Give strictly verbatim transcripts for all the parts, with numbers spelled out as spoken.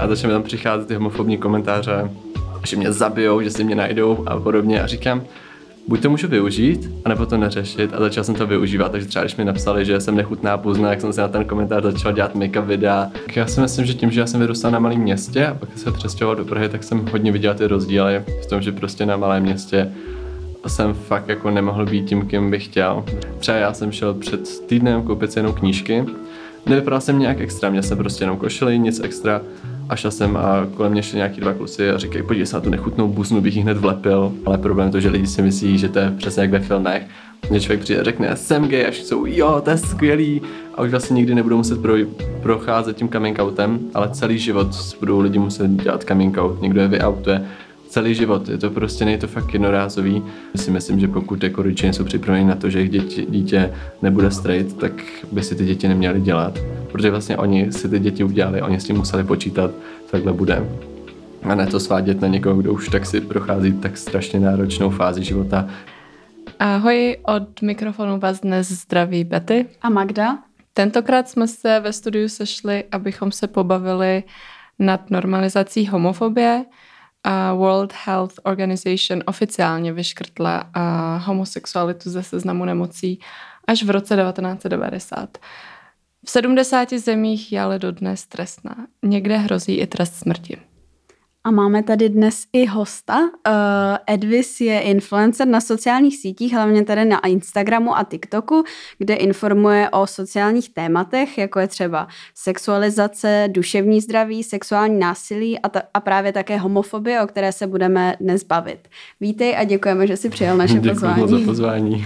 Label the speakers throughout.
Speaker 1: a začne tam přicházet ty homofobní komentáře, že mě zabijou, že si mě najdou a podobně a říkám, buď to můžu využít, anebo to neřešit a začal jsem to využívat, takže třeba když mi napsali, že jsem nechutná puzna, jak jsem si na ten komentář začal dělat make-up videa. Já si myslím, že tím, že já jsem vyrůstal na malém městě a pak se přestěhoval do Prahy, tak jsem hodně viděl ty rozdíly v tom, že prostě na malém městě jsem fakt jako nemohl být tím, kým bych chtěl. Třeba já jsem šel před týdnem koupit si jenom knížky, nevypadal jsem nějak extra, měl jsem prostě jenom košili, nic extra. A šel jsem a kolem mě šli nějaký dva kluci a říkají, podívej se na tu nechutnou buznu, bych ji hned vlepil. Ale problém je to, že lidi si myslí, že to je přesně jak ve filmech. Mě člověk přijde a řekne, jsem gay, až jsou, jo, to je skvělý. A už vlastně nikdy nebudou muset pro, procházet tím coming outem, ale celý život budou lidi muset dělat coming out, někdo je vyoutuje. Celý život, je to prostě, není to fakt jednorázový. Já si myslím, že pokud jako rodiče jsou připraveni na to, že jejich děti, dítě nebude straight, tak by si ty děti neměly dělat. Protože vlastně oni si ty děti udělali, oni s tím museli počítat, takhle bude. A ne to svádět na někoho, kdo už tak si prochází tak strašně náročnou fázi života.
Speaker 2: Ahoj, od mikrofonu vás dnes zdraví Betty
Speaker 3: a Magda.
Speaker 2: Tentokrát jsme se ve studiu sešli, abychom se pobavili nad normalizací homofobie. A World Health Organization oficiálně vyškrtla a homosexualitu ze seznamu nemocí až v roce devatenáct set devadesát. V sedmdesáti zemích je ale dodnes trestná. Někde hrozí i trest smrti.
Speaker 3: A máme tady dnes i hosta. Uh, Edvis je influencer na sociálních sítích, hlavně tady na Instagramu a TikToku, kde informuje o sociálních tématech, jako je třeba sexualizace, duševní zdraví, sexuální násilí a, ta, a právě také homofobie, o které se budeme dnes bavit. Vítej a děkujeme, že jsi přijal naše
Speaker 1: Děkuji
Speaker 3: pozvání.
Speaker 1: Děkuji za pozvání.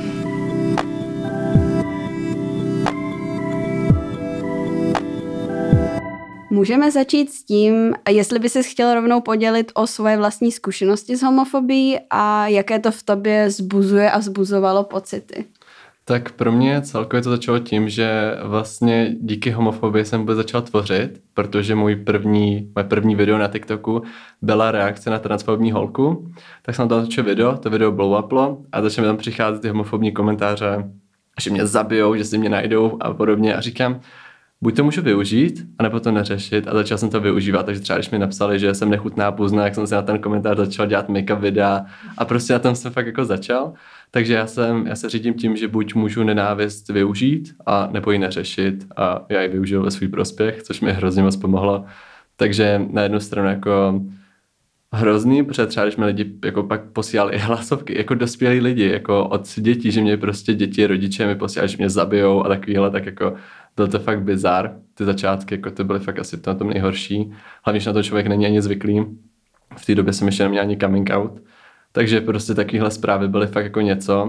Speaker 3: Můžeme začít s tím, jestli by ses chtěl rovnou podělit o svoje vlastní zkušenosti s homofobií a jaké to v tobě zbuzuje a zbuzovalo pocity.
Speaker 1: Tak pro mě celkově to začalo tím, že vlastně díky homofobii jsem vůbec začal tvořit, protože můj první, moje první video na TikToku byla reakce na transfobní holku, tak jsem tam začal video, to video blow uplo a začaly tam přicházet ty homofobní komentáře, že mě zabijou, že si mě najdou a podobně a říkám, buď to můžu využít, anebo to neřešit a začal jsem to využívat, takže třeba když mi napsali, že jsem nechutná puzna, jak jsem si na ten komentář začal dělat make-up videa a prostě na tom jsem fakt jako začal, takže já, jsem, já se řídím tím, že buď můžu nenávist využít a nebo ji neřešit a já ji využil ve svůj prospěch, což mi hrozně moc pomohlo, takže na jednu stranu jako hrozný, protože třeba když mi lidi jako pak posílali hlasovky, jako dospělí lidi, jako od dětí, že mě prostě děti, rodiče mi posílali, že mě zabijou a takovýhle, tak jako byl to fakt bizar. Ty začátky, jako to byly fakt asi na tom nejhorší. Hlavně, že na to člověk není ani zvyklý. V té době jsem ještě neměl ani coming out. Takže prostě takovéhle zprávy byly fakt jako něco.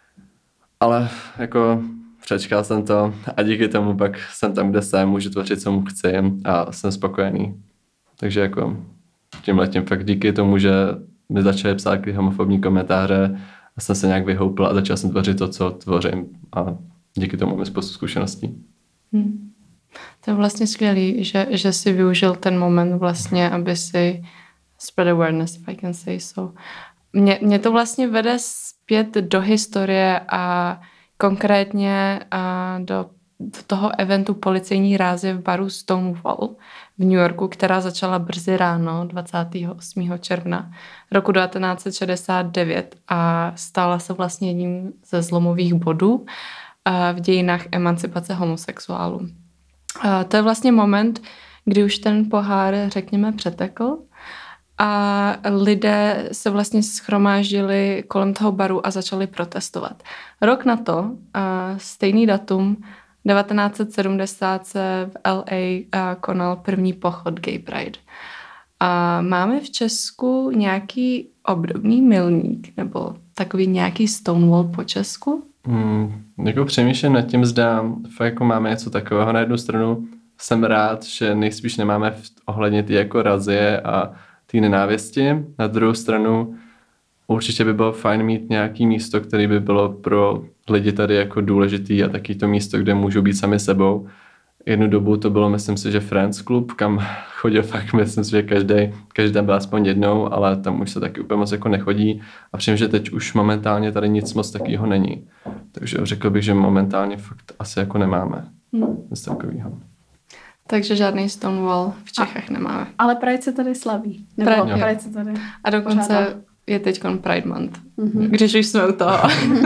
Speaker 1: Ale jako přečkal jsem to a díky tomu pak jsem tam, kde jsem, můžu tvořit, co mu chci a jsem spokojený. Takže jako tímhletím fakt díky tomu, že mi začaly psát ty homofobní komentáře a jsem se nějak vyhoupil a začal jsem tvořit to, co tvořím a díky tomu mám spoustu zkušeností.
Speaker 2: Hmm. To je vlastně skvělý, že, že jsi využil ten moment vlastně, aby si spread awareness, if I can say so. Mě, mě to vlastně vede zpět do historie a konkrétně a do, do toho eventu policejní rázie v baru Stonewall v New Yorku, která začala brzy ráno dvacátého osmého června roku devatenáct set šedesát devět a stala se vlastně jedním ze zlomových bodů v dějinách emancipace homosexuálů. To je vlastně moment, kdy už ten pohár, řekněme, přetekl a lidé se vlastně shromáždili kolem toho baru a začali protestovat. Rok na to, stejný datum, devatenáct set sedmdesát se v L A konal první pochod Gay Pride. A máme v Česku nějaký obdobný milník nebo takový nějaký Stonewall po Česku?
Speaker 1: Hmm, jako přemýšlím nad tím, zda fakt jako máme něco takového. Na jednu stranu jsem rád, že nejspíš nemáme ohledně ty jako razie a ty nenávisti. Na druhou stranu určitě by bylo fajn mít nějaký místo, které by bylo pro lidi tady jako důležitý a taky to místo, kde můžou být sami sebou. Jednu dobu to bylo, myslím si, že Friends Club, kam chodil fakt, myslím si, že každý, každý tam byl aspoň jednou, ale tam už se taky úplně moc jako nechodí a přijím, že teď už momentálně tady nic moc takového není. Takže řekl bych, že momentálně fakt asi jako nemáme
Speaker 2: hmm.
Speaker 1: nic takového.
Speaker 2: Takže žádný Stonewall v Čechách a, nemáme.
Speaker 3: Ale Pride se tady slaví. Nebo
Speaker 2: Pride,
Speaker 3: Pride se tady
Speaker 2: A dokonce
Speaker 3: pořádá.
Speaker 2: je teď Pride Month,
Speaker 3: Mm-hmm.
Speaker 2: když už jsme u toho.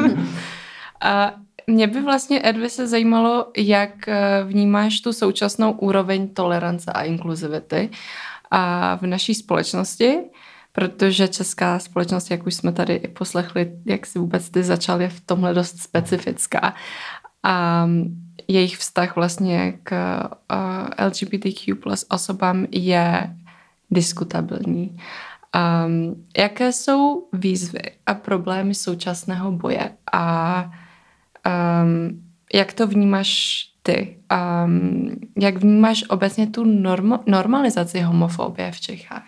Speaker 2: A mě by vlastně, Edvi, se zajímalo, jak vnímáš tu současnou úroveň tolerance a inkluzivity a v naší společnosti, protože česká společnost, jak už jsme tady i poslechli, jak si vůbec ty začal, je v tomhle dost specifická. A jejich vztah vlastně k L G B T Q plus osobám je diskutabilní. Um, jaké jsou výzvy a problémy současného boje a um, jak to vnímáš ty? Um, jak vnímáš obecně tu normo- normalizaci homofobie v Čechách?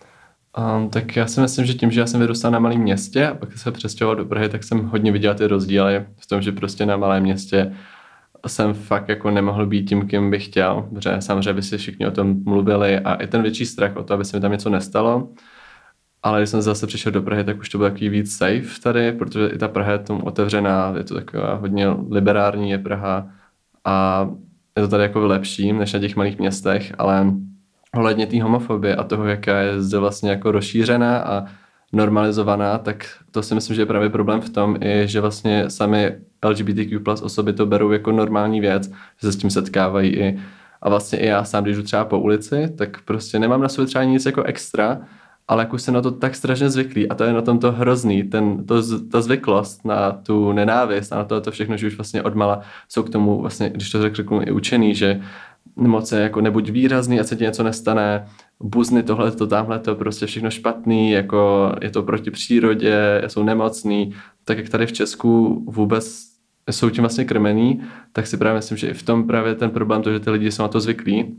Speaker 1: Um, tak já si myslím, že tím, že já jsem vyrůstal na malém městě a pak se přestěhoval do Prahy, tak jsem hodně viděl ty rozdíly v tom, že prostě na malém městě jsem fakt jako nemohl být tím, kým bych chtěl, protože samozřejmě by si všichni o tom mluvili a i ten větší strach o to, aby se mi tam něco nestalo. Ale když jsem zase přišel do Prahy, tak už to bylo takový víc safe tady, protože i ta Praha je tomu otevřená, je to taková hodně liberální, je Praha a je to tady jako lepší než na těch malých městech, ale ohledně té homofobie a toho, jaká je zde vlastně jako rozšířená a normalizovaná, tak to si myslím, že je právě problém v tom, i, že vlastně sami L G B T Q plus osoby to berou jako normální věc, že se s tím setkávají i a vlastně i já sám, když jdu třeba po ulici, tak prostě nemám na sobě třeba nic jako extra, ale jak už jsem na to tak strašně zvyklý a to je na tom to hrozný, ten, to, ta zvyklost na tu nenávist a na to, to všechno, že už vlastně odmala jsou k tomu vlastně, když to řeknu, i učený, že moc je jako nebuď výrazný, ať se ti něco nestane, buzny, tohleto, tamhleto, prostě všechno špatný, jako je to proti přírodě, jsou nemocný, tak jak tady v Česku vůbec jsou tím vlastně krmený, tak si právě myslím, že i v tom právě ten problém to, že ty lidi jsou na to zvyklí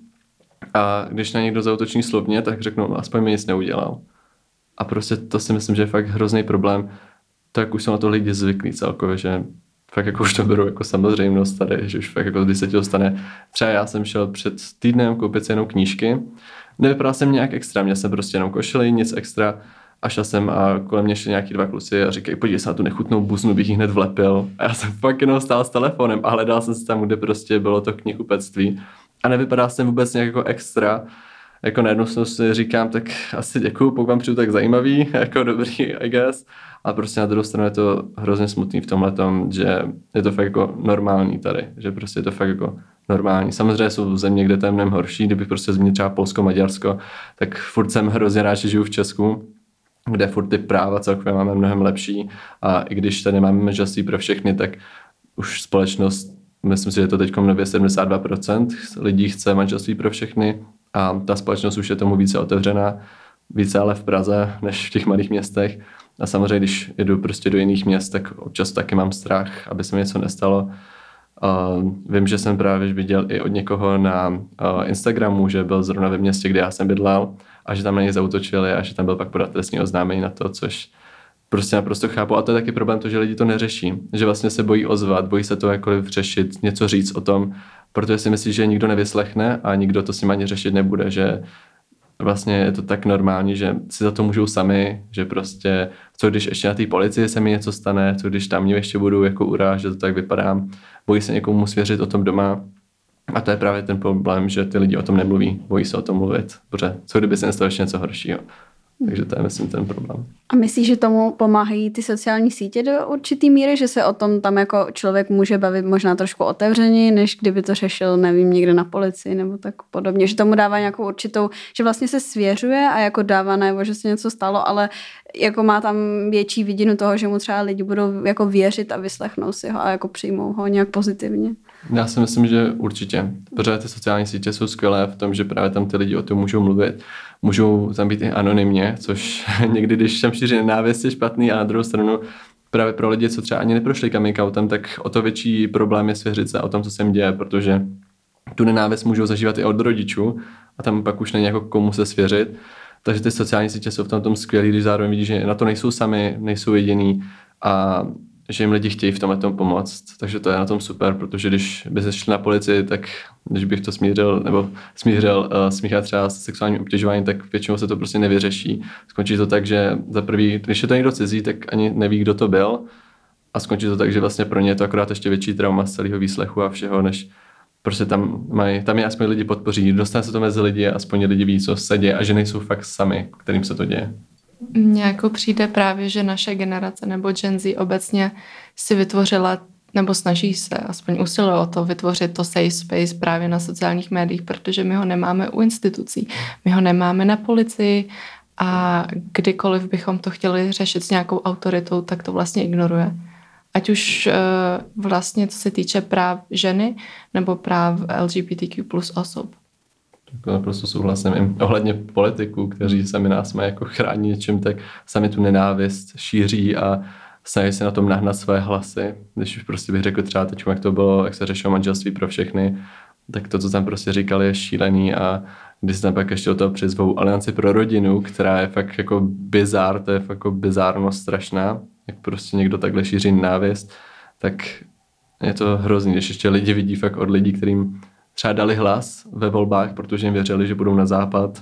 Speaker 1: a když na někdo zaútoční slovně, tak řeknou, no, aspoň mi nic neudělal. A prostě to si myslím, že je fakt hrozný problém, tak už jsou na to lidi zvyklí celkově, že fakt jako už to berou jako samozřejmost tady, že už fakt jako když se ti dostane. Třeba já jsem šel před týdnem koupit si jenom knížky, nevypadal jsem nějak extra, měl jsem prostě jenom košili, nic extra a šel jsem a kolem mě šli nějaký dva kluci a říkají, podívej se na tu nechutnou buznu, bych ji hned vlepil. A já jsem fakt jenom stál s telefonem a hledal jsem se tam, kde prostě bylo to knihkupectví a nevypadal jsem vůbec nějak jako extra. Jako najednou si říkám, tak asi děkuju, pokud vám přijdu tak zajímavý, jako dobrý, I guess. A prostě na druhou stranu je to hrozně smutný v tomhletom, že je to fakt jako normální tady, že prostě je to fakt jako normální. Samozřejmě jsou země, kde to je mnohem horší, kdybych prostě zmínil třeba Polsko, Maďarsko, tak furt jsem hrozně rád, že žiju v Česku, kde furt ty práva celkově máme mnohem lepší a i když tady máme manželství pro všechny, tak už společnost, myslím si, že je to teď nově sedmdesát dva procent lidí chce manželství pro všechny a ta společnost už je tomu více otevřená, více ale v Praze než v těch malých městech. A samozřejmě, když jedu prostě do jiných měst, tak občas taky mám strach, aby se mi něco nestalo. Uh, vím, že jsem právě viděl i od někoho na uh, Instagramu, že byl zrovna ve městě, kde já jsem bydlel a že tam na něj zaútočili a že tam byl pak podat trestní oznámení na to, což prostě naprosto chápu. A to je taky problém to, že lidi to neřeší. Že vlastně se bojí ozvat, bojí se to jakkoliv řešit, něco říct o tom, protože si myslí, že nikdo nevyslechne a nikdo to s ním ani řešit nebude, že vlastně je to tak normální, že si za to můžou sami, že prostě co když ještě na té policii se mi něco stane, co když tam mě ještě budu jako urážet, to tak vypadám, bojí se někomu svěřit o tom doma a to je právě ten problém, že ty lidi o tom nemluví, bojí se o tom mluvit, protože co kdyby se nestalo ještě něco horšího. Takže to je, myslím, ten problém.
Speaker 3: A myslíš, že tomu pomáhají ty sociální sítě do určitý míry, že se o tom tam jako člověk může bavit možná trošku otevřeněji, než kdyby to řešil, nevím, někde na policii nebo tak podobně, že tomu dává nějakou určitou, že vlastně se svěřuje a jako dává najevo, že se něco stalo, ale jako má tam větší vidinu toho, že mu třeba lidi budou jako věřit a vyslechnou si ho a jako přijmou ho nějak pozitivně.
Speaker 1: Já si myslím, že určitě, protože ty sociální sítě jsou skvělé v tom, že právě tam ty lidi o tom můžou mluvit. Můžou tam být i anonymně, což někdy, když tam šíří nenávist, je špatný a na druhou stranu právě pro lidi, co třeba ani neprošli coming outem, tak o to větší problém je svěřit se o tom, co se jim děje, protože tu nenávist můžou zažívat i od rodičů a tam pak už není jako komu se svěřit. Takže ty sociální sítě jsou v tom, tom skvělý, když zároveň vidí, že na to nejsou sami, nejsou jediný a že jim lidi chtějí v tomhle tom pomoct. Takže to je na tom super, protože když by se šli na policii, tak když bych to smířil, nebo smířil uh, smíchat třeba s sexuálním obtěžováním, tak většinou se to prostě nevyřeší. Skončí to tak, že za prvý, když je to někdo cizí, tak ani neví, kdo to byl a skončí to tak, že vlastně pro ně je to akorát ještě větší trauma z celého výslechu a všeho, než prostě tam mají, tam je aspoň lidi podpoří, dostane se to mezi lidi a aspoň lidi ví, co se děje a že nejsou fakt sami, kterým se to děje.
Speaker 2: Mně jako přijde právě, že naše generace nebo Gen Z obecně si vytvořila nebo snaží se, aspoň usiluje o to, vytvořit to safe space právě na sociálních médiích, protože my ho nemáme u institucí, my ho nemáme na policii a kdykoliv bychom to chtěli řešit s nějakou autoritou, tak to vlastně ignoruje. Ať už uh, vlastně co se týče práv ženy nebo práv L G B T Q plus osob.
Speaker 1: Tak naprosto souhlasím. I ohledně politiků, kteří sami nás mají jako chránit něčím, tak sami tu nenávist šíří a snaží se na tom nahnat své hlasy. Když už prostě bych řekl třeba teď, jak to bylo, jak se řešilo manželství pro všechny, tak to, co tam prostě říkali, je šílený a když se tam pak ještě o toho přizvou Alianci pro rodinu, která je fakt jako bizár, to je fakt jako bizárnost strašná, jak prostě někdo takhle šíří nenávist, tak je to hrozný, když ještě lidi vidí fakt od lidí, kterým třeba dali hlas ve volbách, protože jim věřili, že budou na západ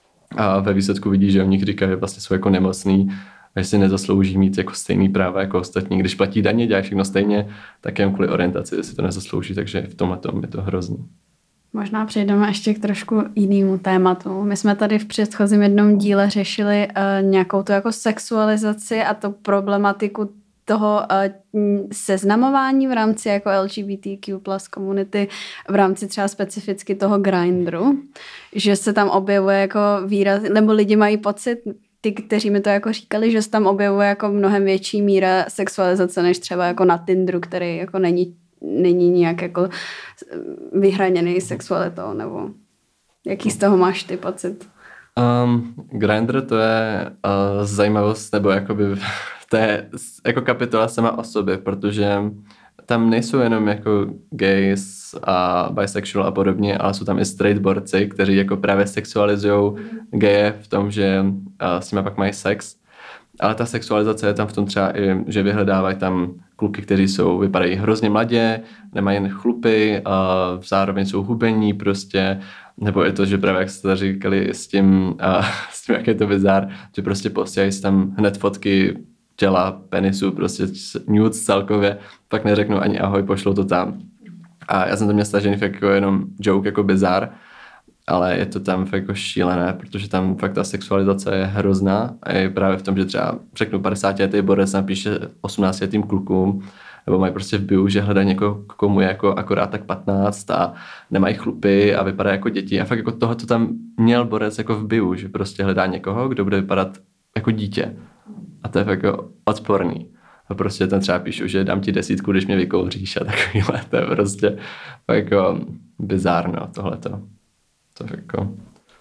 Speaker 1: a ve výsledku vidí, že o nich říkají, že vlastně jsou jako nemocný a že si nezaslouží mít jako stejný práva jako ostatní. Když platí daně, dělají všechno stejně, tak jen kvůli orientaci si to nezaslouží, takže v tomhle tom je to hrozný.
Speaker 3: Možná přejdeme ještě k trošku jinému tématu. My jsme tady v předchozím jednom díle řešili uh, nějakou tu jako sexualizaci a tu problematiku toho uh, seznamování v rámci jako L G B T Q plus komunity, v rámci třeba specificky toho Grindru, že se tam objevuje jako výraz, nebo lidi mají pocit, ty, kteří mi to jako říkali, že se tam objevuje jako mnohem větší míra sexualizace, než třeba jako na Tinderu, který jako není, není nijak jako vyhraněný sexualitou, nebo jaký z toho máš ty pocit?
Speaker 1: Um, Grindr to je uh, zajímavost, nebo jakoby to je jako kapitola sama o sobě, protože tam nejsou jenom jako gays a bisexual a podobně, ale jsou tam i straight borci, kteří jako právě sexualizují geje v tom, že uh, s nimi pak mají sex. Ale ta sexualizace je tam v tom třeba i, že vyhledávají tam kluky, kteří jsou, vypadají hrozně mladě, nemají jen chlupy, a zároveň jsou hubení prostě, nebo je to, že právě jak jste říkali s tím, a, s tím, jak je to bizár, že prostě posílají si tam hned fotky těla, penisu, prostě nudes celkově, pak neřeknou ani ahoj, pošlou to tam. A já jsem to měl stažený fakt jako jenom joke, jako bizár, ale je to tam fakt jako šílené, protože tam fakt ta sexualizace je hrozná a je právě v tom, že třeba řeknu padesátiletý borec napíše osmnáctiletým klukům, nebo mají prostě v bio, že hledají někoho, komu je jako akorát tak patnáct a nemají chlupy a vypadá jako děti. A fakt jako tohoto tam měl borec jako v bio, že prostě hledá někoho, kdo bude vypadat jako dítě. A to je fakt jako odporný. A prostě tam třeba píšu, že dám ti desítku, když mě vykouříš a takovýhle. To je prostě fakt jako bizárno tohleto. To je jako...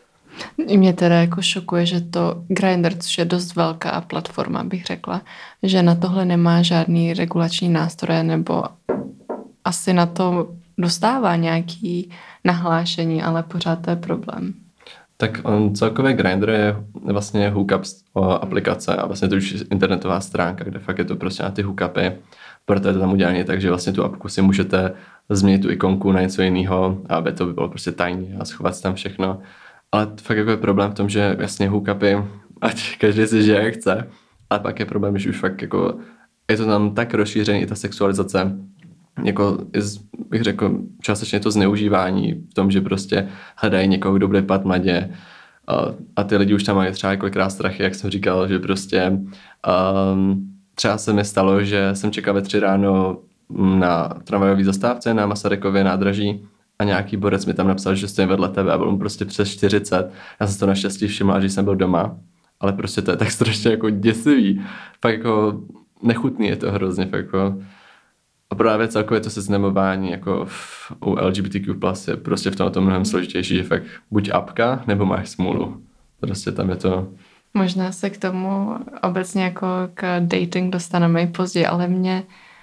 Speaker 2: Mě teda jako šokuje, že to Grindr, což je dost velká platforma, bych řekla, že na tohle nemá žádný regulační nástroje nebo asi na to dostává nějaký nahlášení, ale pořád to je problém.
Speaker 1: Tak on celkově Grindr je vlastně hookup aplikace a vlastně to už je internetová stránka, kde fakt je to prostě na ty hookupy, proto je to tam udělané tak, že vlastně tu apku si můžete změnit tu ikonku na něco jiného, aby to bylo prostě tajně a schovat si tam všechno. Ale fakt jako je problém v tom, že jasně hookupy, ať každý si žije jak chce, ale pak je problém, že už fakt jako je to tam tak rozšířený i ta sexualizace, jako bych řekl částečně to zneužívání v tom, že prostě hledají někoho, kdo bude vypadat mladě a, a ty lidi už tam mají třeba kolikrát strachy, jak jsem říkal, že prostě um, třeba se mi stalo, že jsem čekal ve tři ráno na tramvajové zastávce na Masarykově nádraží a nějaký borec mi tam napsal, že stojím vedle tebe a byl mu prostě přes čtyřicet. Já jsem to naštěstí všiml, až jsem byl doma, ale prostě to je tak strašně jako děsivý. Fakt jako nechutný je to hrozně, fakt jako a právě celkově to seznamování jako v, u L G B T Q plus je prostě v tomto mnohem složitější, že fakt buď apka, nebo máš smůlu. Prostě tam je to...
Speaker 2: Možná se k tomu obecně jako k dating dostaneme i později, ale mě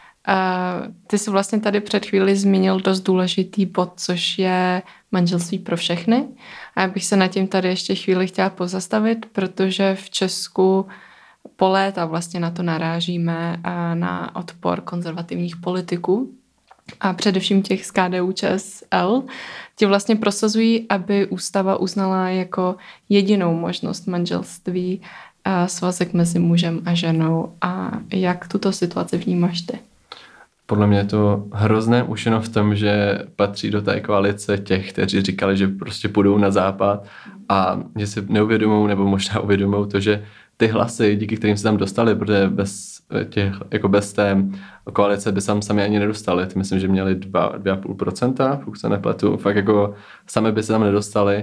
Speaker 2: uh, ty jsi vlastně tady před chvíli zmínil dost důležitý bod, což je manželství pro všechny. A já bych se nad tím tady ještě chvíli chtěla pozastavit, protože v Česku po léta vlastně na to narážíme na odpor konzervativních politiků a především těch z K D U Č S L. Ti vlastně prosazují, aby ústava uznala jako jedinou možnost manželství svazek mezi mužem a ženou. A jak tuto situaci vnímáš ty?
Speaker 1: Podle mě je to hrozné už jenom v tom, že patří do té koalice těch, kteří říkali, že prostě půjdou na západ a že si neuvědomují nebo možná uvědomují to, že ty hlasy, díky kterým se tam dostali, protože bez, těch, jako bez té koalice by sam sami ani nedostali. Ty myslím, že měli dva a půl procenta, pokud se nepletu. Fakt jako sami by se tam nedostali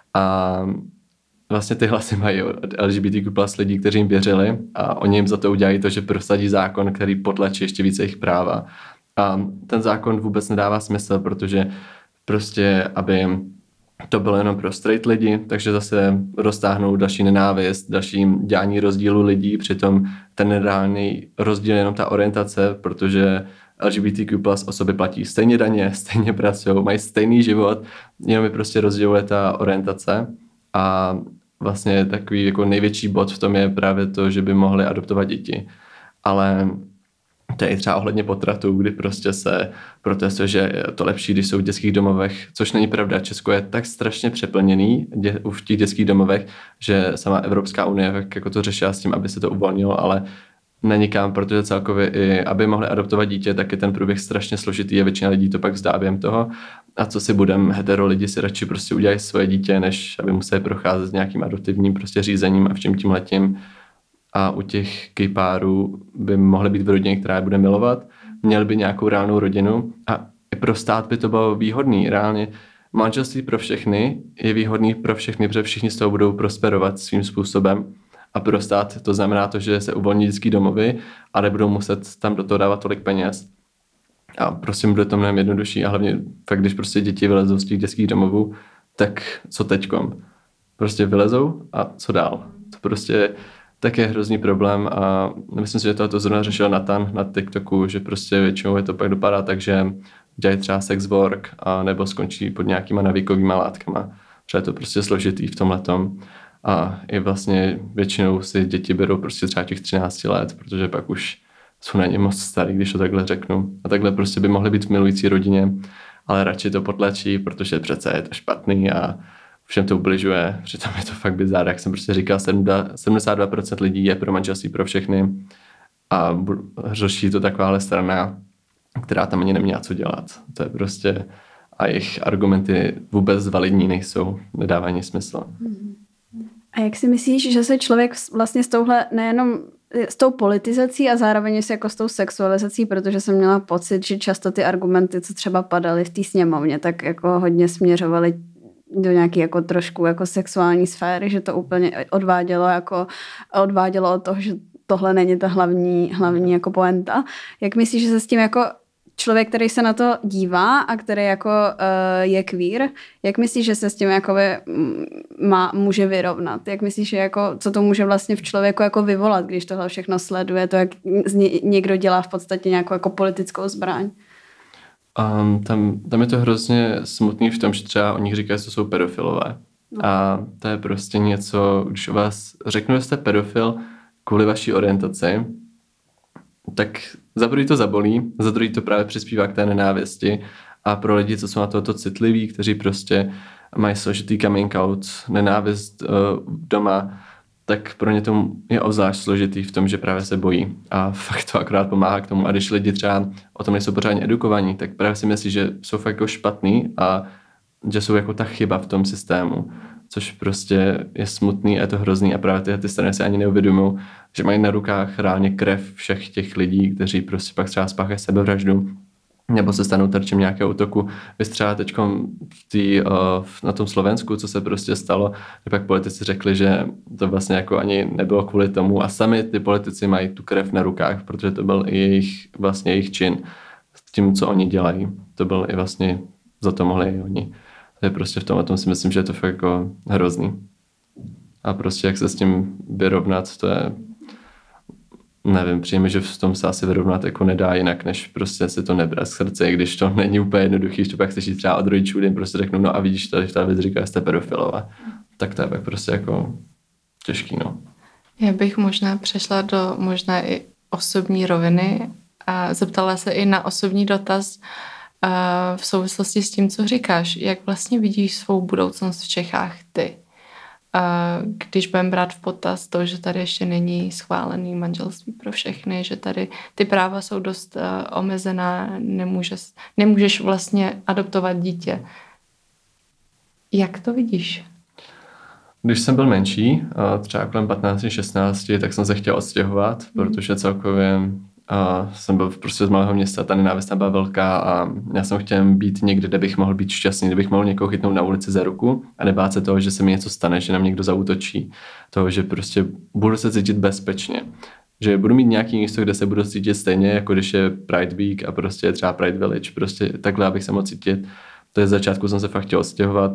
Speaker 1: a vlastně ty hlasy mají L G B T Q plus lidí, kteří jim věřili a oni jim za to udělají to, že prosadí zákon, který potlačí ještě více jejich práva. A ten zákon vůbec nedává smysl, protože prostě, aby to bylo jenom pro straight lidi, takže zase roztáhnou další nenávist, další dělání rozdílu lidí, přitom ten reálný rozdíl je jenom ta orientace, protože L G B T Q plus osoby platí stejně daně, stejně pracují, mají stejný život, jenom je prostě rozděluje ta orientace. A vlastně takový jako největší bod v tom je právě to, že by mohli adoptovat děti. Ale to je i třeba ohledně potratů, kdy prostě se protestuje, že je to lepší, když jsou v dětských domovech, což není pravda. Česko je tak strašně přeplněný dě, v těch dětských domovech, že sama Evropská unie jako to řešila s tím, aby se to uvolnilo, ale není kam, protože celkově i aby mohli adoptovat dítě, tak je ten průběh strašně složitý a většina lidí to pak vzdá během toho. A co si budem, hetero lidi si radši prostě udělají svoje dítě, než aby museli procházet s nějakým adoptivním prostě řízením a všem tím letím. A u těch gay párů by mohly být v rodině, která je bude milovat, měli by nějakou reálnou rodinu a i pro stát by to bylo výhodný. Reálně manželství pro všechny je výhodný pro všechny, protože všichni z toho budou prosperovat svým způsobem. A pro stát to znamená to, že se uvolní dětský domovy a nebudou muset tam do toho dávat tolik peněz. A prostě bude to mnohem jednodušší a hlavně fakt, když prostě děti vylezou z těch dětských domovů, tak co teďkom? Prostě vylezou a co dál? To prostě tak je hrozný problém a myslím si, že to zrovna řešil Nathan na TikToku, že prostě většinou je to pak dopadá tak, že dělají třeba sex work a nebo skončí pod nějakýma navíkovýma látkama. Protože je to prostě složitý v tomhletom. A i vlastně většinou si děti berou prostě třeba těch třináct let, protože pak už jsou na ně moc starý, když to takhle řeknu. A takhle prostě by mohly být v milující rodině, ale radši to potlačí, protože přece je to špatný a všem to ubližuje. Přitom je to fakt bizár, jak jsem prostě říkal, sedmdesát dva procent lidí je pro manželství pro všechny a řeší to takováhle strana, která tam ani neměla co dělat. To je prostě a jejich argumenty vůbec validní nejsou, nedávají ani smysl.
Speaker 3: A jak si myslíš, že se člověk vlastně s touhle nejenom s tou politizací a zároveň se jako s tou sexualizací, protože jsem měla pocit, že často ty argumenty, co třeba padaly v té sněmovně, tak jako hodně směřovaly do nějaké jako trošku jako sexuální sféry, že to úplně odvádělo jako odvádělo od toho, že tohle není ta hlavní, hlavní jako poenta. Jak myslíš, že se s tím jako člověk, který se na to dívá a který jako uh, je queer, jak myslíš, že se s tím jakoby má, může vyrovnat? Jak myslíš, že jako, co to může vlastně v člověku jako vyvolat, když tohle všechno sleduje, to, jak někdo dělá v podstatě nějakou jako politickou zbraň?
Speaker 1: Um, tam, tam je to hrozně smutný v tom, že třeba o nich říkají, že to jsou pedofilové. No. A to je prostě něco, když o vás řeknu, že jste pedofil kvůli vaší orientaci, tak za prvý to zabolí, za druhý to právě přispívá k té nenávisti a pro lidi, co jsou na tohoto citliví, kteří prostě mají složitý coming out, nenávist uh, doma, tak pro ně to je obzvlášť složitý v tom, že právě se bojí a fakt to akorát pomáhá k tomu. A když lidi třeba o tom nejsou pořádně edukovaní, tak právě si myslí, že jsou fakt jako špatný a že jsou jako ta chyba v tom systému, což prostě je smutný a je to hrozný a právě tyhle ty strany si ani neuvědomují, že mají na rukách reálně krev všech těch lidí, kteří prostě pak třeba spáchají sebevraždu nebo se stanou terčem nějakého útoku. Vy třeba teďkom tý, uh, na tom Slovensku, co se prostě stalo, že pak politici řekli, že to vlastně jako ani nebylo kvůli tomu a sami ty politici mají tu krev na rukách, protože to byl i jejich, vlastně jejich čin s tím, co oni dělají. To byl i vlastně, za to mohli i oni. To je prostě v tom, a tom si myslím, že je to fakt jako hrozný. A prostě jak se s tím vyrovnat, to je nevím, přijme, že v tom se asi vyrovnat jako nedá jinak, než prostě si to nebrat z srdce, když to není úplně jednoduchý, že pak slyší třeba od rodičů, kdy jim prostě řeknou, no a vidíš, tady ta věc říká, že jste pedofilové. Tak to je pak prostě jako těžký, no.
Speaker 2: Já bych možná přešla do možná i osobní roviny a zeptala se i na osobní dotaz v souvislosti s tím, co říkáš. Jak vlastně vidíš svou budoucnost v Čechách ty? a když budeme brát v potaz to, že tady ještě není schválený manželství pro všechny, že tady ty práva jsou dost uh, omezená, nemůžeš, nemůžeš vlastně adoptovat dítě. Jak to vidíš?
Speaker 1: Když jsem byl menší, třeba kolem patnáct šestnáct, tak jsem se chtěl odstěhovat, mm. protože celkově a jsem byl prostě z malého města, ta nenávist byla velká a já jsem chtěl být někde, kde bych mohl být šťastný, kde bych mohl někoho chytnout na ulici za ruku a nebát se toho, že se mi něco stane, že nám někdo zaútočí. Toho, že prostě budu se cítit bezpečně. Že budu mít nějaký místo, kde se budu cítit stejně, jako když je Pride Week a prostě třeba Pride Village. Prostě takhle, abych se mohl cítit. To je z začátku jsem se fakt chtěl odstěhovat.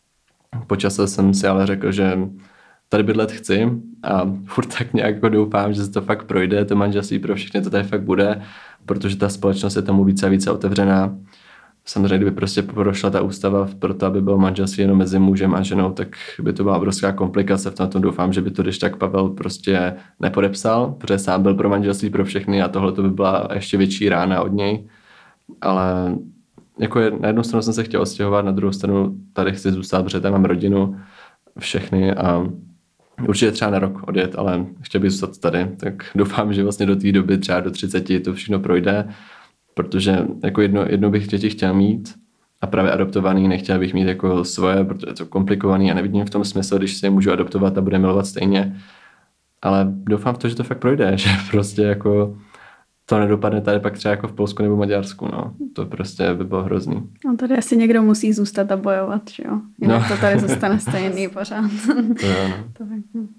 Speaker 1: Po čase jsem si ale řekl, že tady bydlet chci a furt tak nějak doufám, že se to fakt projde, to manželství pro všechny to tady fakt bude, protože ta společnost je tomu více a více otevřená. Samozřejmě, kdyby prostě prošla ta ústava pro to, aby bylo manželství jenom mezi mužem a ženou, tak by to byla obrovská komplikace. V tom doufám, že by to když tak Pavel prostě nepodepsal, protože sám byl pro manželství pro všechny a tohle to by byla ještě větší rána od něj. Ale jako je, na jednu stranu jsem se chtěl odstěhovat, na druhou stranu tady chci zůstat, protože tady mám rodinu, všechny a určitě třeba na rok odjet, ale chtěl bych zůstat tady, tak doufám, že vlastně do té doby třeba do třiceti to všechno projde, protože jako jedno, jedno bych děti chtěl mít a právě adoptovaný nechtěl bych mít jako svoje, protože je to komplikovaný a nevidím v tom smysl, když si je můžu adoptovat a bude milovat stejně, ale doufám v to, že to fakt projde, že prostě jako to nedopadne tady pak třeba jako v Polsku nebo Maďarsku, no. To prostě by bylo hrozný.
Speaker 3: No tady asi někdo musí zůstat a bojovat, že jo? Jinak no. To tady zůstane stejný pořád.
Speaker 1: To, jo, no.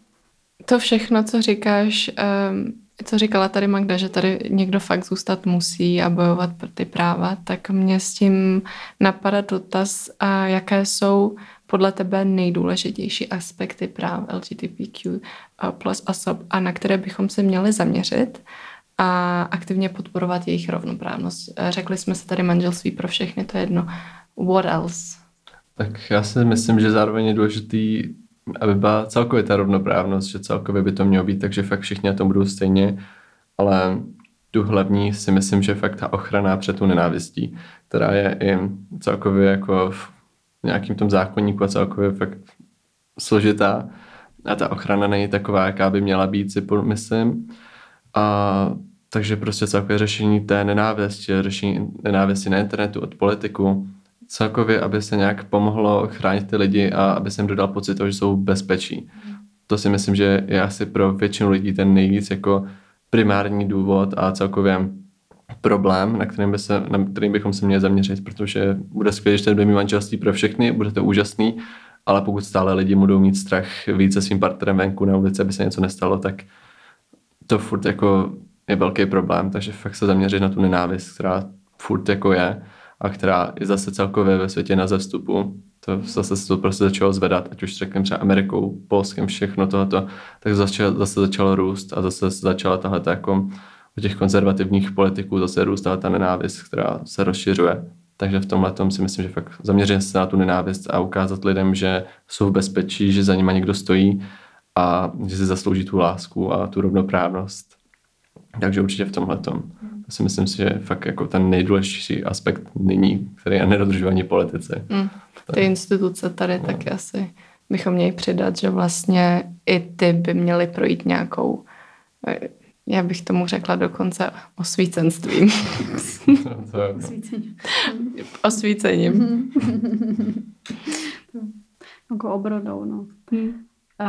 Speaker 2: To všechno, co říkáš, co říkala tady Magda, že tady někdo fakt zůstat musí a bojovat pro ty práva, tak mě s tím napadá dotaz, a jaké jsou podle tebe nejdůležitější aspekty práv L G B T Q plus osob a na které bychom se měli zaměřit a aktivně podporovat jejich rovnoprávnost. Řekli jsme se tady manželství pro všechny, to je jedno. What else?
Speaker 1: Tak já si myslím, že zároveň je důležitý, aby byla celkově ta rovnoprávnost, že celkově by to mělo být, takže fakt všichni na tom budou stejně, ale tu hlavní si myslím, že fakt ta ochrana před tu nenávistí, která je i celkově jako v nějakým tom zákonníku a celkově fakt složitá a ta ochrana není taková, jaká by měla být, si myslím. A takže prostě celkově řešení té nenávisti, řešení nenávisti na internetu od politiku, celkově, aby se nějak pomohlo chránit ty lidi a aby se jim dodal pocit, že jsou v bezpečí. To si myslím, že je asi pro většinu lidí ten nejvíc jako primární důvod a celkově problém, na kterým, by se, na kterým bychom se měli zaměřit, protože bude skvělé, že tady bude mít manželství pro všechny, bude to úžasný, ale pokud stále lidi budou mít strach víc se svým partnerem venku na ulici, aby se něco nestalo, tak to furt jako je velký problém, takže fakt se zaměřit na tu nenávist, která furt jako je a která je zase celkově ve světě na zestupu. To zase se to prostě začalo zvedat, ať už řekněme třeba Amerikou, Polskem, všechno tohoto, tak zase, zase začalo růst a zase začala tahle jako u těch konzervativních politiků zase růst ta nenávist, která se rozšiřuje. Takže v tomhle tom si myslím, že fakt zaměřit se na tu nenávist a ukázat lidem, že jsou v bezpečí, že za nima někdo stojí a že si zaslouží tu lásku a tu rovnoprávnost. Takže určitě v tomhle tom. To si myslím si, že je fakt jako ten nejdůležitější aspekt nyní, který je nedodržování politici. Mm,
Speaker 2: ty instituce tady no. Taky asi bychom měli přidat, že vlastně i ty by měly projít nějakou, já bych tomu řekla dokonce osvícenstvím.
Speaker 3: Osvícením.
Speaker 2: Osvícením.
Speaker 3: Jako obrodou, no. Hmm. Uh,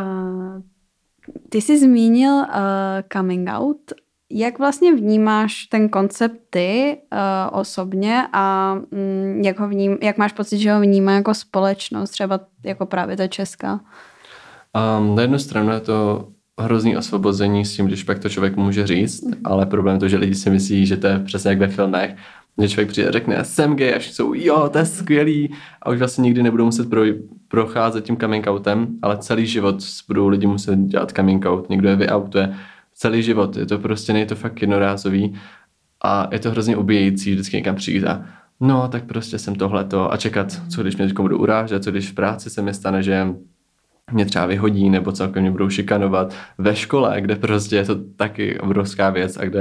Speaker 3: ty jsi zmínil uh, coming out. Jak vlastně vnímáš ten koncept ty uh, osobně a um, jak, ho vním, jak máš pocit, že ho vnímá jako společnost, třeba jako právě ta česká?
Speaker 1: Um, na jednu stranu je to hrozný osvobození s tím, když pak to člověk může říct, mm. ale problém je to, že lidi si myslí, že to je přesně jak ve filmech, že člověk přijde a řekne, jsem gay, a všichni jsou, jo, to je skvělý a už vlastně nikdy nebudou muset pro, procházet tím coming outem, ale celý život budou lidi muset dělat coming out, někdo je vyoutuje, celý život, je to prostě, není to fakt jednorázový a je to hrozně ubíjející vždycky někam přijít a no, tak prostě jsem tohleto a čekat, co když mě teďko budu urážet, co když v práci se mi stane, že mě třeba vyhodí nebo celkem mě budou šikanovat ve škole, kde prostě je to taky obrovská věc a kde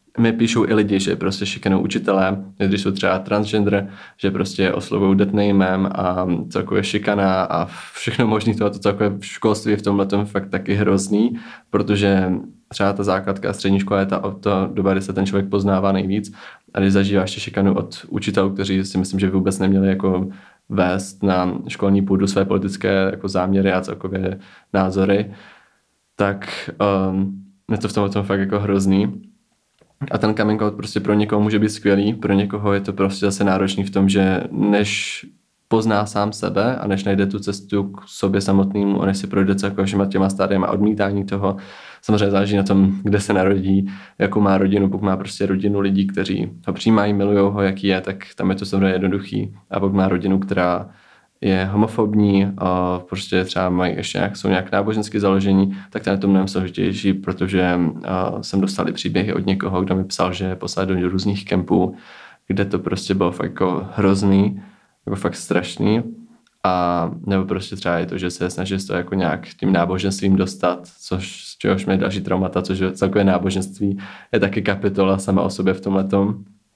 Speaker 1: mi píšou i lidi, že prostě šikanou učitelé, když jsou třeba transgender, že prostě oslovují deadnamem a celkově šikana a všechno možný to, to celkově v školství v tomhle tom fakt taky hrozný, protože třeba ta základka a střední škola je ta, ta doba, kdy se ten člověk poznává nejvíc a když zažívá ještě šikanu od učitelů, kteří si myslím, že vůbec neměli jako vést na školní půdu své politické jako záměry a celkově názory, tak um, je to v tomhle tom fakt jako hrozný. A ten coming out prostě pro někoho může být skvělý, pro někoho je to prostě zase náročný v tom, že než pozná sám sebe a než najde tu cestu k sobě samotnému a než si projde celkově všema těma stádiema odmítání toho, samozřejmě záleží na tom, kde se narodí, jakou má rodinu, pokud má prostě rodinu lidí, kteří ho přijímají, milují ho, jaký je, tak tam je to samozřejmě jednoduchý. A pokud má rodinu, která je homofobní, a prostě třeba mají ještě nějak, jsou nějak nábožensky založení, tak to je to mnohem složitější, protože a, jsem dostal příběhy od někoho, kdo mi psal, že poslal do různých kempů, kde to prostě bylo fakt jako hrozný, jako fakt strašný. A nebo prostě třeba je to, že se snaží to jako nějak tím náboženstvím dostat, což z čehož mě další traumata, což je celkové náboženství, je taky kapitola sama o sobě v tomhletom.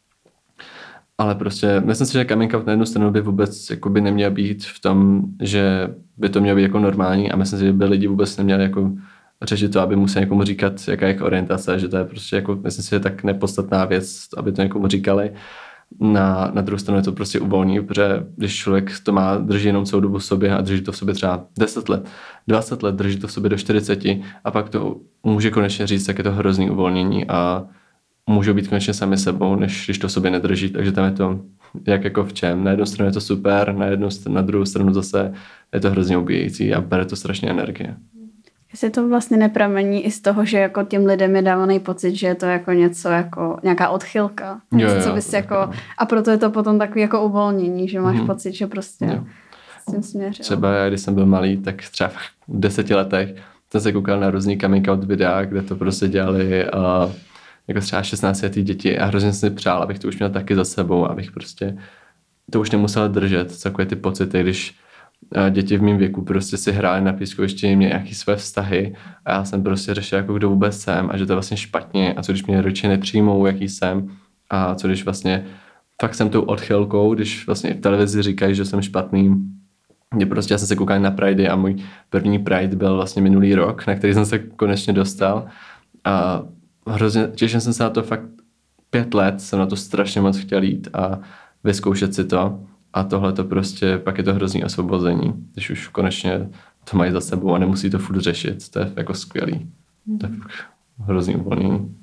Speaker 1: Ale prostě myslím si, že coming out na jednu stranu by vůbec jakoby neměl být v tom, že by to mělo být jako normální a myslím si, že by lidi vůbec neměli jako řešit to, aby museli někomu říkat, jaká je orientace, že to je prostě jako, myslím si, že tak nepodstatná věc, aby to někomu říkali. Na, na druhou stranu je to prostě uvolní, protože když člověk to má, drží jenom celou dobu v sobě a drží to v sobě třeba deset let, dvacet let, drží to v sobě do čtyřiceti a pak to může konečně říct, tak je to hrozný uvolnění a můžou být konečně sami sebou, než když to v sobě nedrží, takže tam je to jak jako v čem. Na jednu stranu je to super, na, jednu, na druhou stranu zase je to hrozně ubíjející a bere to strašně energie.
Speaker 3: Jestli to vlastně nepramení i z toho, že jako těm lidem je dávaný pocit, že je to jako něco jako nějaká odchylka.
Speaker 1: Jo, jo,
Speaker 3: co bys jako,
Speaker 1: jo.
Speaker 3: A proto je to potom takový jako uvolnění, že máš
Speaker 1: hmm.
Speaker 3: pocit, že prostě
Speaker 1: jo.
Speaker 3: s tím směřil.
Speaker 1: Třeba já, když jsem byl malý, tak třeba v deseti letech jsem se koukal na různý coming out videa, kde to prostě dělali uh, jako třeba šestnáctiletý děti a hrozně jsem si přál, abych to už měl taky za sebou, abych prostě to už nemusel držet, takové ty pocity, když děti v mém věku prostě si hráli na pískovišti, měli nějaký své vztahy a já jsem prostě řešil, jako kdo vůbec jsem a že to je vlastně špatně a co když mě rodiče nepřijmou, jaký jsem a co když vlastně fakt jsem tou odchylkou, když vlastně v televizi říkají, že jsem špatný. Mě prostě já jsem se koukal na Pride a můj první Pride byl vlastně minulý rok, na který jsem se konečně dostal a hrozně těšil jsem se na to fakt pět let, jsem na to strašně moc chtěl jít a vyzkoušet si to. A tohle to prostě, pak je to hrozný osvobození, když už konečně to mají za sebou a nemusí to furt řešit. To je jako skvělý. To je hrozný uvolnění.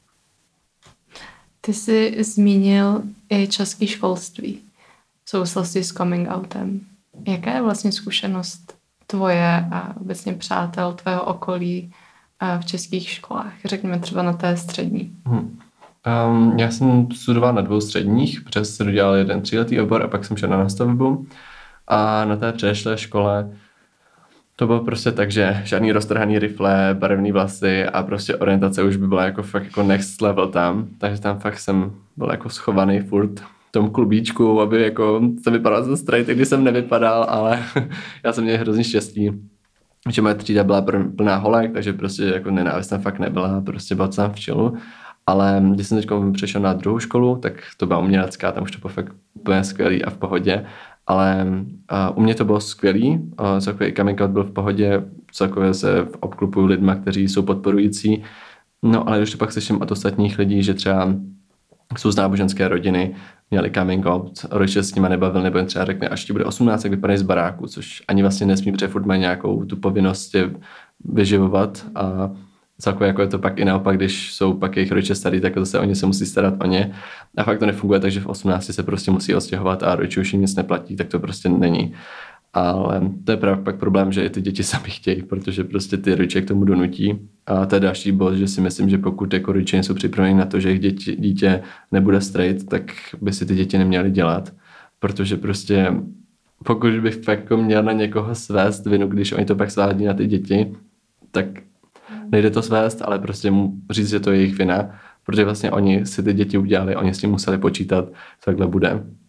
Speaker 2: Ty jsi zmínil i české školství v souvislosti s coming outem. Jaká je vlastně zkušenost tvoje a obecně přátel tvého okolí v českých školách? Řekněme třeba na té střední.
Speaker 1: Hmm. Um, já jsem studoval na dvou středních, protože jsem dodělal jeden tříletý obor a pak jsem šel na nástavbu. A na té předešlé škole to bylo prostě tak, že žádný roztrhaný rifle, barevný vlasy a prostě orientace už by byla jako fakt jako next level tam. Takže tam fakt jsem byl jako schovaný furt v tom klubíčku, aby jako jsem vypadal za straight, když jsem nevypadal, ale já jsem měl hrozně štěstí. Že moje třída byla plná holek, takže prostě jako nenávist tam fakt nebyla, prostě byl tam v čilu. Ale když jsem teď přešel na druhou školu, tak to byla umělecká, tam už to bylo fakt úplně skvělý a v pohodě. Ale uh, u mě to bylo skvělý, uh, celkově coming out byl v pohodě, celkově se obklupuju lidma, kteří jsou podporující. No ale když to pak slyším od ostatních lidí, že třeba jsou z náboženské rodiny, měli coming out, rodiče s nima nebavil, nebo jen třeba řekne, až ti bude osmnáct, tak vypadají z baráku, což ani vlastně nesmí, protože furt mají nějakou tu povinnost vyživovat a celkově jako je to pak i naopak, když jsou pak jejich rodiče starý, tak zase oni se musí starat o ně. A fakt to nefunguje, takže v osmnácti se prostě musí odstěhovat a rodiče už jim nic neplatí, tak to prostě není. Ale to je právě pak problém, že i ty děti sami chtějí, protože prostě ty rodiče k tomu donutí. A to je další bod, že si myslím, že pokud jako rodiče jsou připraveni na to, že jejich děti, dítě nebude straight, tak by si ty děti neměly dělat. Protože prostě pokud bych fakt měl na někoho svést vinu, když oni to pak svádí na ty děti, tak nejde to svést, ale prostě mu říct, že to je jejich vina, protože vlastně oni si ty děti udělali, oni s tím museli počítat, takhle bude.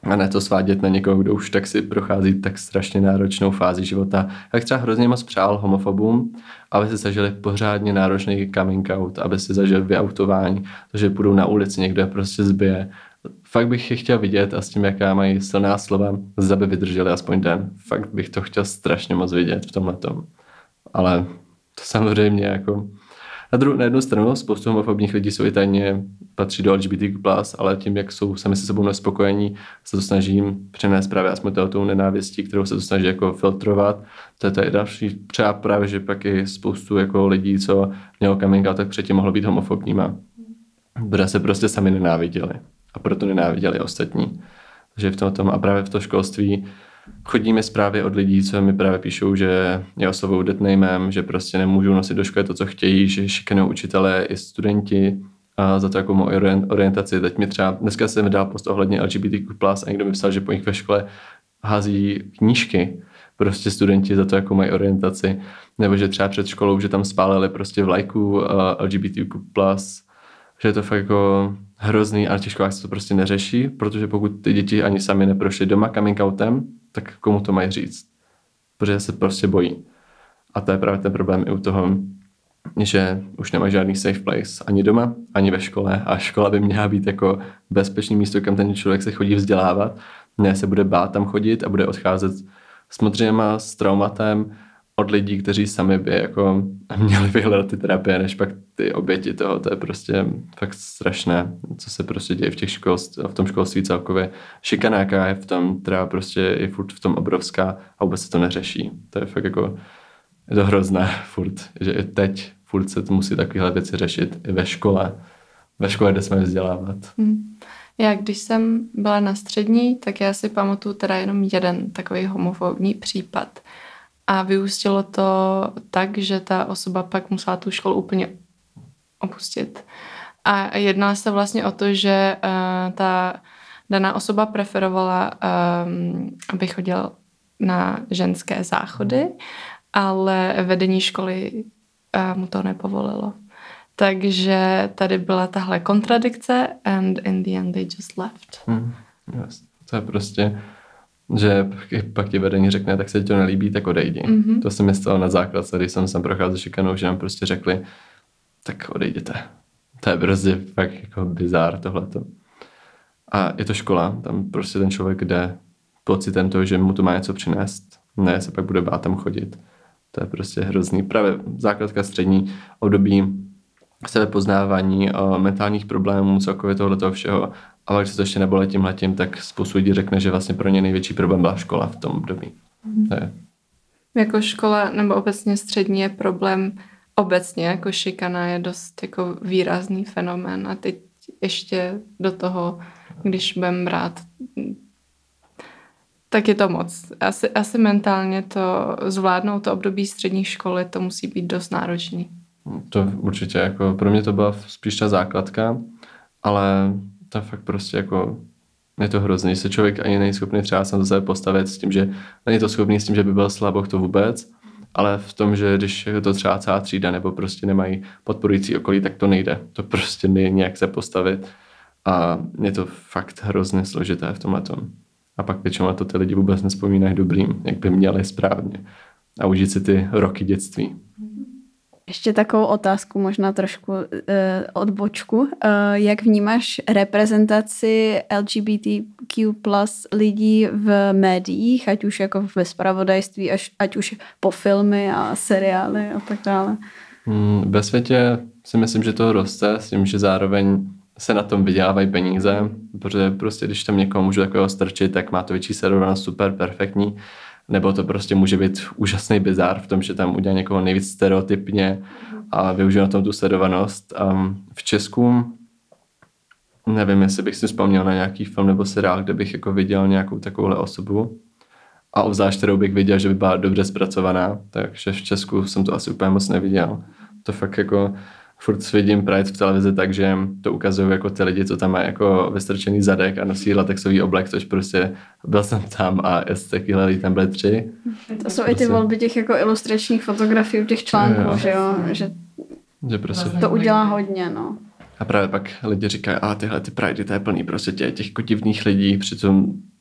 Speaker 1: A ne to svádět na někoho, kdo už tak si prochází tak strašně náročnou fázi života. Jak třeba hrozně moc přál homofobům, aby si zažili pořádně náročný coming out, aby si zažili vyautování, takže půjdou na ulici, někdo je prostě zbije. Fakt bych je chtěl vidět a s tím, jaká mají silná slova, aby vydrželi aspoň den. Fakt bych to chtěl strašně moc vidět v tomhletom. Ale to samozřejmě jako... Na, druhou, na jednu stranu spoustu homofobních lidí jsou i tajně patří do L G B T Q plus, ale tím, jak jsou sami se sebou nespokojení, se to snažím přenést právě aspoň tou nenávistí, kterou se to snaží jako filtrovat. To je tady další třeba právě, že pak i spoustu jako lidí, co mělo coming out, tak předtím mohlo být homofobníma. Protože se prostě sami nenáviděli a proto nenáviděli ostatní. Takže v tom, tom a právě v to školství chodíme zprávy od lidí, co mi právě píšou, že je osobou deadnamem, že prostě nemůžou nosit do školy to, co chtějí, že šikanou učitelé i studenti a za to, jakou mou orientaci. Teď mi třeba, dneska jsem vydal post ohledně L G B T Q plus, a někdo mi psal, že po nich ve škole hází knížky, prostě studenti za to, jakou mají orientaci, nebo že třeba před školou, že tam spálili prostě vlajku L G B T Q plus, že je to fakt jako hrozný a na těch školách se to prostě neřeší, protože pokud ty děti ani sami neprošly doma coming outem, tak komu to mají říct? Protože se prostě bojí. A to je právě ten problém i u toho, že už nemá žádný safe place ani doma, ani ve škole. A škola by měla být jako bezpečný místo, kam ten člověk se chodí vzdělávat. Ne se bude bát tam chodit a bude odcházet s modřinama, s traumatem od lidí, kteří sami by jako měli vyhledat ty terapie, než pak ty oběti toho. To je prostě fakt strašné, co se prostě děje v, těch školství, v tom školství celkově. Šikana, jaká je v tom, která prostě je furt v tom obrovská a vůbec se to neřeší. To je fakt jako, je to hrozné furt, že i teď furt se to musí takovéhle věci řešit i ve škole. Ve škole, kde jsme vzdělávat.
Speaker 2: Hmm. Já, když jsem byla na střední, tak já si pamatuju teda jenom jeden takový homofobní případ. A vyústilo to tak, že ta osoba pak musela tu školu úplně opustit. A jednalo se vlastně o to, že uh, ta daná osoba preferovala, um, aby chodil na ženské záchody, ale vedení školy uh, mu to nepovolilo. Takže tady byla tahle kontradikce and in the end they just left.
Speaker 1: Hmm, yes. To je prostě... že pak ti vedení řekne, tak se ti to nelíbí, tak odejdi. Mm-hmm. To se mi stalo na základce, když jsem sem procházel šikanou, že nám prostě řekli, tak odejděte. To je prostě fakt jako bizár tohleto. A je to škola, tam prostě ten člověk jde pocitem toho, že mu to má něco přinést, ne se pak bude bát tam chodit. To je prostě hrozný. Právě základka střední období sebepoznávání, mentálních problémů, celkově tohletoho všeho. Ale když se to ještě nebylo tímhletím, tak spoustu lidí řekne, že vlastně pro ně největší problém byla škola v tom období. Mm. To je.
Speaker 2: Jako škola nebo obecně střední je problém obecně, jako šikana je dost jako výrazný fenomén a teď ještě do toho, když budeme brát, tak je to moc. Asi, asi mentálně to zvládnout to období střední školy, to musí být dost náročný.
Speaker 1: To určitě, jako pro mě to byla spíš ta základka, ale to fakt prostě jako je to hrozný, že se člověk ani není schopný třeba sám za sebe postavit s tím, že není to schopný s tím, že by byl slaboch, to vůbec, ale v tom, že když je to třeba celá třída nebo prostě nemají podporující okolí, tak to nejde. To prostě nejde nějak se postavit a je to fakt hrozně složité v tomhletom. A pak většinou na to ty lidi vůbec nespomínají dobrým, jak by měli správně a užít si ty roky dětství.
Speaker 3: Ještě takovou otázku, možná trošku uh, odbočku. Uh, jak vnímáš reprezentaci L G B T Q plus lidí v médiích, ať už jako ve zpravodajství, až, ať už po filmy a seriály a tak dále?
Speaker 1: Hmm, ve světě si myslím, že to roste s tím, že zároveň se na tom vydělávají peníze, protože prostě když tam někoho můžu takového strčit, tak má to větší sledovanost, super, perfektní. Nebo to prostě může být úžasný bizár v tom, že tam udělá někoho nejvíc stereotypně a využije na tom tu sledovanost. Um, v Česku nevím, jestli bych si vzpomněl na nějaký film nebo seriál, kde bych jako viděl nějakou takovouhle osobu a obzvlášť, kterou bych viděl, že by byla dobře zpracovaná, takže v Česku jsem to asi úplně moc neviděl. To fakt jako furt vidím Pride v televizi, takže to ukazují jako ty lidi, co tam mají jako vystrčený zadek a nosí latexový oblek, což prostě byl jsem tam a jestli takovýhle lidi tam byli tři.
Speaker 3: To jsou prostě... i ty volby těch jako ilustračních fotografií u těch článků, jo. že jo, že,
Speaker 1: že prostě...
Speaker 3: to udělá hodně, no.
Speaker 1: A právě pak lidi říkají, a tyhle ty Pridey, to je plný prostě těch, těch jako divných lidí, přitom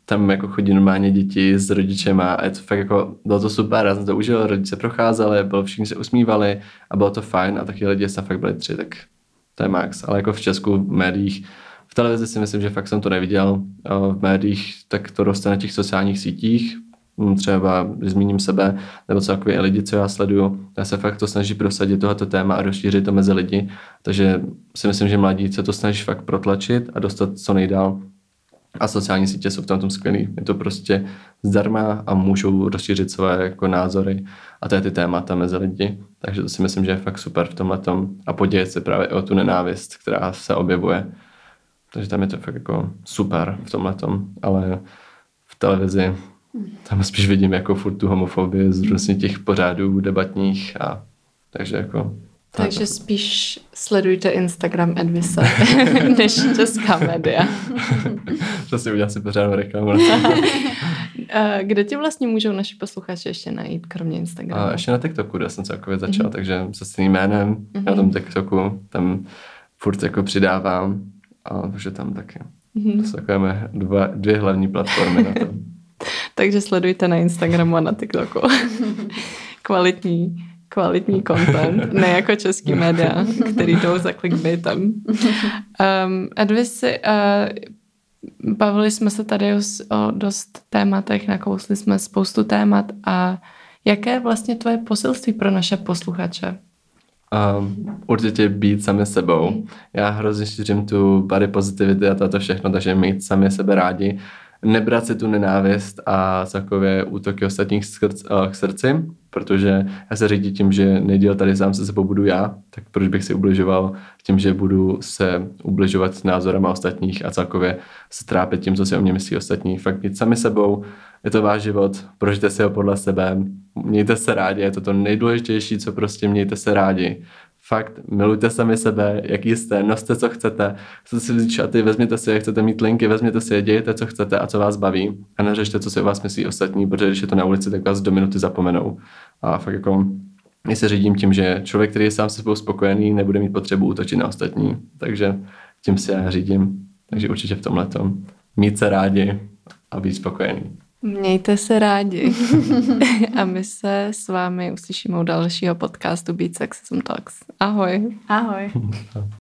Speaker 1: tam jako chodí normálně děti s rodičema a je to fakt jako, bylo to super, já jsem to užil, rodiče procházeli, bylo všichni se usmívali a bylo to fajn a taky lidi se fakt byli tři, tak to je max. Ale jako v Česku v médiích, v televizi si myslím, že fakt jsem to neviděl, v médiích tak to roste na těch sociálních sítích, třeba zmíním sebe, nebo celkově lidi, co já sleduju, já se fakt to snaží prosadit tohoto téma a rozšířit to mezi lidi, takže si myslím, že mladí se to snaží fakt protlačit a dostat co nejdál. A sociální sítě jsou v tom skvělý. Je to prostě zdarma a můžou rozšířit své jako názory a to je ty témata mezi lidi. Takže to si myslím, že je fakt super v tomhletom a podělit se právě o tu nenávist, která se objevuje. Takže tam je to fakt jako super v tomhletom, ale v televizi tam spíš vidím jako furt tu homofobii z různých těch pořádů debatních a takže jako...
Speaker 2: Takže spíš sledujte Instagram Edvise než česká média.
Speaker 1: Přesně, udělám si pořádnou reklamu.
Speaker 2: Kde tě vlastně můžou naši posluchači ještě najít, kromě Instagramu?
Speaker 1: A ještě na TikToku, kde jsem celkově začal, mm-hmm. takže se stejným jménem mm-hmm. na tom TikToku, tam furt jako přidávám, a takže tam taky. Mm-hmm. To jsou takové mé dva, dvě hlavní platformy na to.
Speaker 2: Takže sledujte na Instagramu a na TikToku. Kvalitní. Kvalitní content, ne jako český média, který jdou za clickbaitem. Um, Edvisi, uh, bavili jsme se tady o, o dost tématech, nakousli jsme spoustu témat a jaké je vlastně tvoje poselství pro naše posluchače?
Speaker 1: Um, určitě být sami sebou. Já hrozně šířím tu body positivity a toto všechno, takže mít sami sebe rádi. Nebrat si tu nenávist a takové útoky ostatních k srdci, protože já se řídím tím, že nejdýl tady sám se sebou budu já, tak proč bych si ubližoval tím, že budu se ubližovat názorama ostatních a celkově se trápit tím, co si o mě myslí ostatní. Fakt být sami sebou, je to váš život, prožijte si ho podle sebe, mějte se rádi, je to to nejdůležitější, co prostě mějte se rádi. Fakt, milujte sami sebe, jaký jste, noste, co chcete, chcete si vzít šaty, vezměte si je, chcete mít linky, vezměte si je, dějte, co chcete a co vás baví a neřešte, co si o vás myslí ostatní, protože když je to na ulici, tak vás do minuty zapomenou. A fakt jako, já se řídím tím, že člověk, který je sám se sebou spokojený, nebude mít potřebu útočit na ostatní, takže tím si já řídím. Takže určitě v tomhletom. Mít se rádi a být spokojený.
Speaker 2: Mějte se rádi. A my se s vámi uslyšíme u dalšího podcastu Beat Sexism Talks. Ahoj.
Speaker 3: Ahoj.